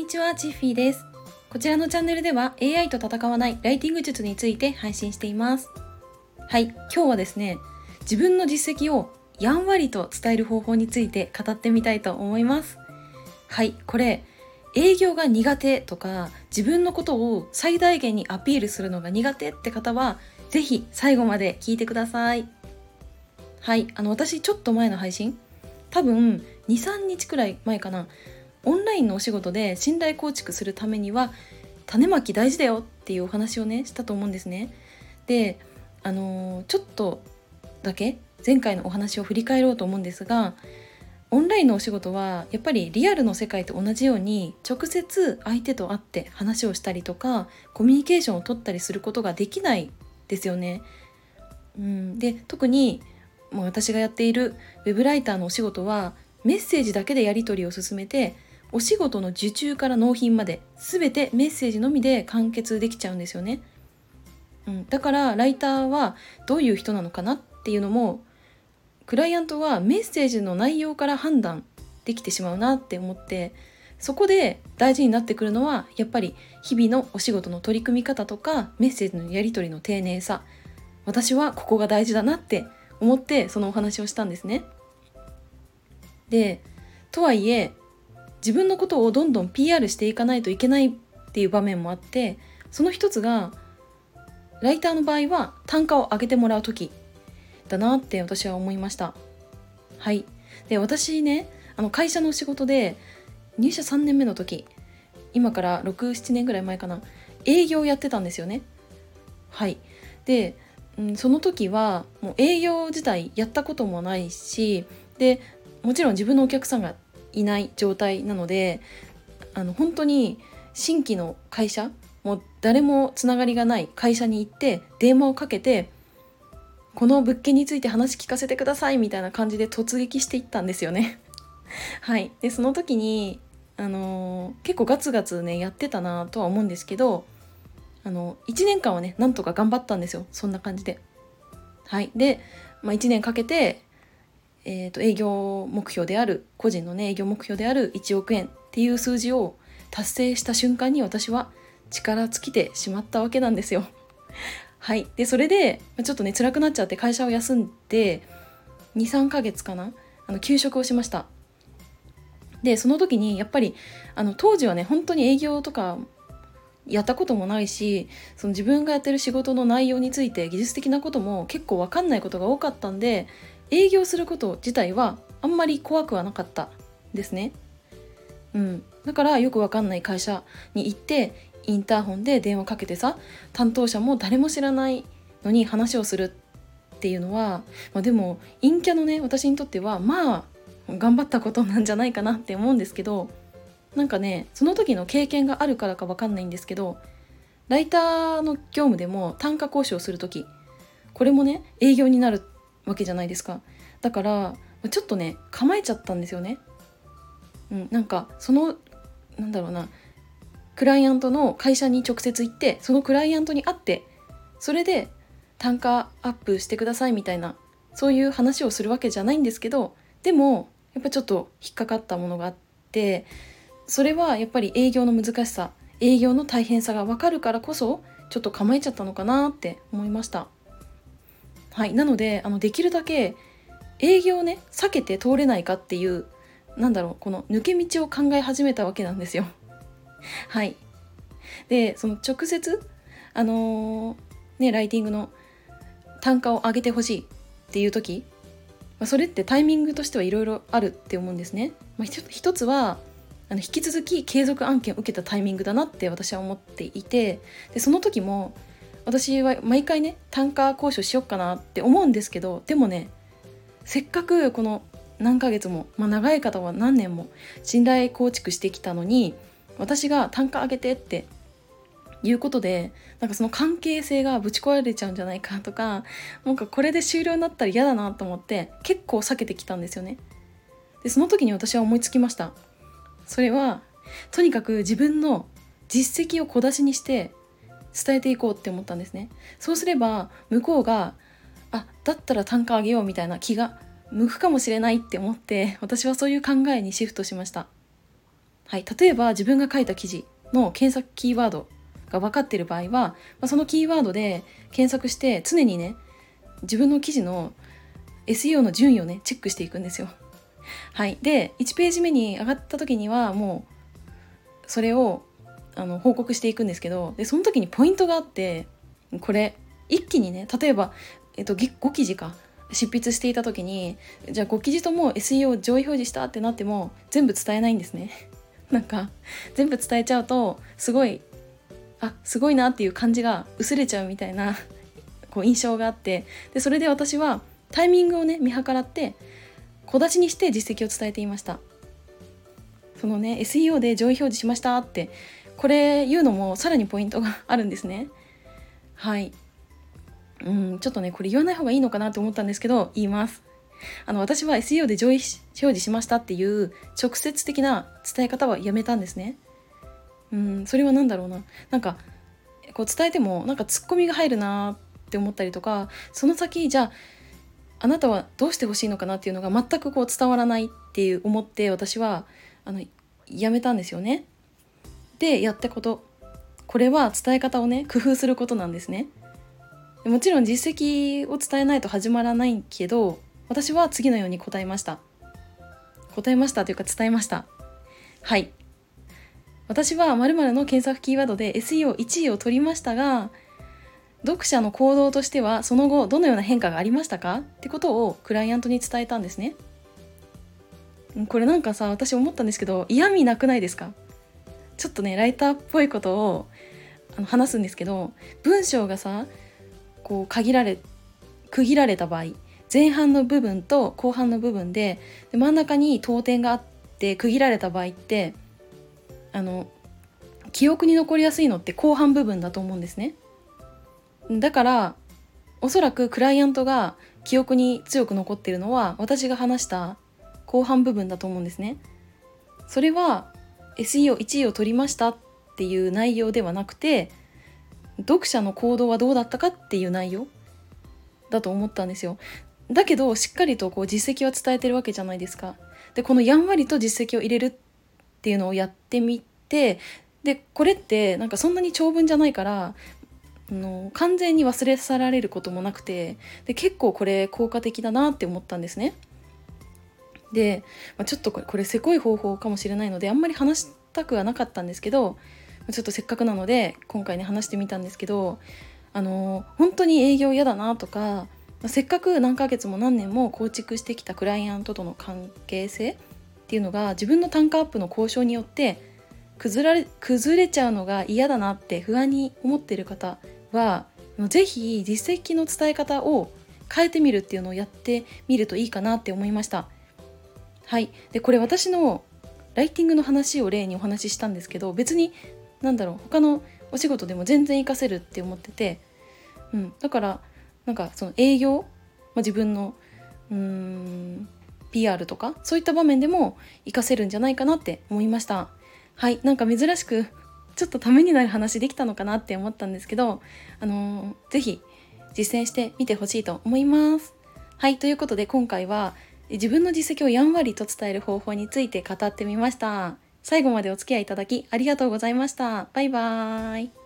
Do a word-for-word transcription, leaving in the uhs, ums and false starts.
にちは、チッフィーです。こちらのチャンネルでは エーアイ と戦わないライティング術について配信しています。はい、今日はですね、自分の実績をやんわりと伝える方法について語ってみたいと思います。はい、これ営業が苦手とか自分のことを最大限にアピールするのが苦手って方はぜひ最後まで聞いてください。はい、あの私ちょっと前の配信、多分に、さんにちくらい前かな、オンラインのお仕事で信頼構築するためには種まき大事だよっていうお話をねしたと思うんですね。で、あのー、ちょっとだけ前回のお話を振り返ろうと思うんですが、オンラインのお仕事はやっぱりリアルの世界と同じように直接相手と会って話をしたりとかコミュニケーションを取ったりすることができないですよね。うん、で特にもう私がやっているウェブライターのお仕事はメッセージだけでやり取りを進めて、お仕事の受注から納品まで全てメッセージのみで完結できちゃうんですよね。うん、だからライターはどういう人なのかなっていうのもクライアントはメッセージの内容から判断できてしまうなって思って、そこで大事になってくるのはやっぱり日々のお仕事の取り組み方とかメッセージのやり取りの丁寧さ、私はここが大事だなって思ってそのお話をしたんですね。で、とはいえ自分のことをどんどん ピーアール していかないといけないっていう場面もあって、その一つがライターの場合は単価を上げてもらう時だなって私は思いました。はい。で、私ね、あの会社の仕事で入社さんねんめの時、今からろく、ななねんぐらい前かな、営業をやってたんですよね。はい。で、うん、その時はもう営業自体やったこともないし、でもちろん自分のお客さんがいない状態なので、あの本当に新規の会社、もう誰もつながりがない会社に行って電話をかけて、この物件について話聞かせてくださいみたいな感じで突撃していったんですよね。はい。でその時にあのー、結構ガツガツねやってたなとは思うんですけど、あのいちねんかんはねなんとか頑張ったんですよ、そんな感じで。はい。で、まあ、いちねんかけてえー、と営業目標である個人のね営業目標であるいちおくえんっていう数字を達成した瞬間に私は力尽きてしまったわけなんですよ。はい。でそれでちょっとね辛くなっちゃって会社を休んでに、さんかげつかな、あの休職をしました。でその時にやっぱりあの当時はね本当に営業とかやったこともないし、その自分がやってる仕事の内容について技術的なことも結構分かんないことが多かったんで、営業すること自体はあんまり怖くはなかったですね。うん、だからよく分かんない会社に行ってインターホンで電話かけてさ、担当者も誰も知らないのに話をするっていうのは、まあ、でも陰キャのね私にとってはまあ頑張ったことなんじゃないかなって思うんですけど、なんかねその時の経験があるからか分かんないんですけど、ライターの業務でも単価交渉する時、これもね営業になるわけじゃないですか。だからちょっとね構えちゃったんですよね。うん、なんかそのなんだろうな、クライアントの会社に直接行ってそのクライアントに会ってそれで単価アップしてくださいみたいな、そういう話をするわけじゃないんですけど、でもやっぱちょっと引っかかったものがあって、それはやっぱり営業の難しさ、営業の大変さが分かるからこそちょっと構えちゃったのかなって思いました。はい。なのであのできるだけ営業をね避けて通れないかっていう、なんだろう、この抜け道を考え始めたわけなんですよ。はい。でその直接あのー、ねライティングの単価を上げてほしいっていう時、まあ、それってタイミングとしてはいろいろあるって思うんですね。まあ、一つはあの引き続き継続案件を受けたタイミングだなって私は思っていて、でその時も私は毎回ね単価交渉しよっかなって思うんですけど、でもねせっかくこの何ヶ月も、まあ、長い方は何年も信頼構築してきたのに、私が単価上げてっていうことでなんかその関係性がぶち壊れちゃうんじゃないかとか、なんかこれで終了になったら嫌だなと思って結構避けてきたんですよね。でその時に私は思いつきました。それはとにかく自分の実績を小出しにして伝えていこうって思ったんですね。そうすれば向こうがあだったら単価上げようみたいな気が向くかもしれないって思って、私はそういう考えにシフトしました。 はい、例えば自分が書いた記事の検索キーワードが分かっている場合は、まあ、そのキーワードで検索して常にね自分の記事の エスイーオー の順位をねチェックしていくんですよ。はい、でいちページ目に上がった時にはもうそれをあの報告していくんですけど、でその時にポイントがあって、これ一気にね例えば、えっと、ご記事か執筆していた時にじゃあご記事とも エスイーオー 上位表示したってなっても全部伝えないんですね。なんか全部伝えちゃうとすごいあすごいなっていう感じが薄れちゃうみたいなこう印象があって、でそれで私はタイミングをね見計らって小出しにして実績を伝えていました。そのね エスイーオー で上位表示しましたってこれ言うのもさらにポイントがあるんですね。はい、うん、ちょっとねこれ言わない方がいいのかなと思ったんですけど言います。あの私は エスイーオー で上位表示しましたっていう直接的な伝え方はやめたんですね。うん、それは何だろうな、なんかこう伝えてもなんかツッコミが入るなって思ったりとか、その先じゃああなたはどうしてほしいのかなっていうのが全くこう伝わらないっていう思って私はあのやめたんですよね。でやったこと、これは伝え方をね工夫することなんですね。もちろん実績を伝えないと始まらないけど、私は次のように答えました答えましたというか伝えました。はい、私は〇〇の検索キーワードで エスイーオーいちいを取りましたが、読者の行動としてはその後どのような変化がありましたかってことをクライアントに伝えたんですね。これなんかさ私思ったんですけど嫌味なくないですか？ちょっとねライターっぽいことをあの話すんですけど、文章がさこう限られ区切られた場合、前半の部分と後半の部分で、で真ん中に当点があって区切られた場合ってあの記憶に残りやすいのって後半部分だと思うんですね。だからおそらくクライアントが記憶に強く残っているのは私が話した後半部分だと思うんですね。それは エスイーオーいちいを取りましたっていう内容ではなくて、読者の行動はどうだったかっていう内容だと思ったんですよ。だけどしっかりとこう実績は伝えてるわけじゃないですか。でこのやんわりと実績を入れるっていうのをやってみて、でこれってなんかそんなに長文じゃないからあの完全に忘れ去られることもなくて、で結構これ効果的だなって思ったんですね。で、まあ、ちょっとこれ、これせこい方法かもしれないのであんまり話したくはなかったんですけど、ちょっとせっかくなので今回ね話してみたんですけど、あの本当に営業嫌だなとか、せっかく何ヶ月も何年も構築してきたクライアントとの関係性っていうのが自分の単価アップの交渉によって崩れ、崩れちゃうのが嫌だなって不安に思っている方はぜひ実績の伝え方を変えてみるっていうのをやってみるといいかなって思いました。はい、でこれ私のライティングの話を例にお話ししたんですけど、別になんだろう他のお仕事でも全然活かせるって思ってて、うん、だからなんかその営業、まあ、自分のうーん ピーアール とかそういった場面でも活かせるんじゃないかなって思いました。はい、なんか珍しくちょっとためになる話できたのかなって思ったんですけど、あのー、ぜひ実践してみてほしいと思います。はい、ということで今回は自分の実績をやんわりと伝える方法について語ってみました。最後までお付き合いいただきありがとうございました。バイバーイ。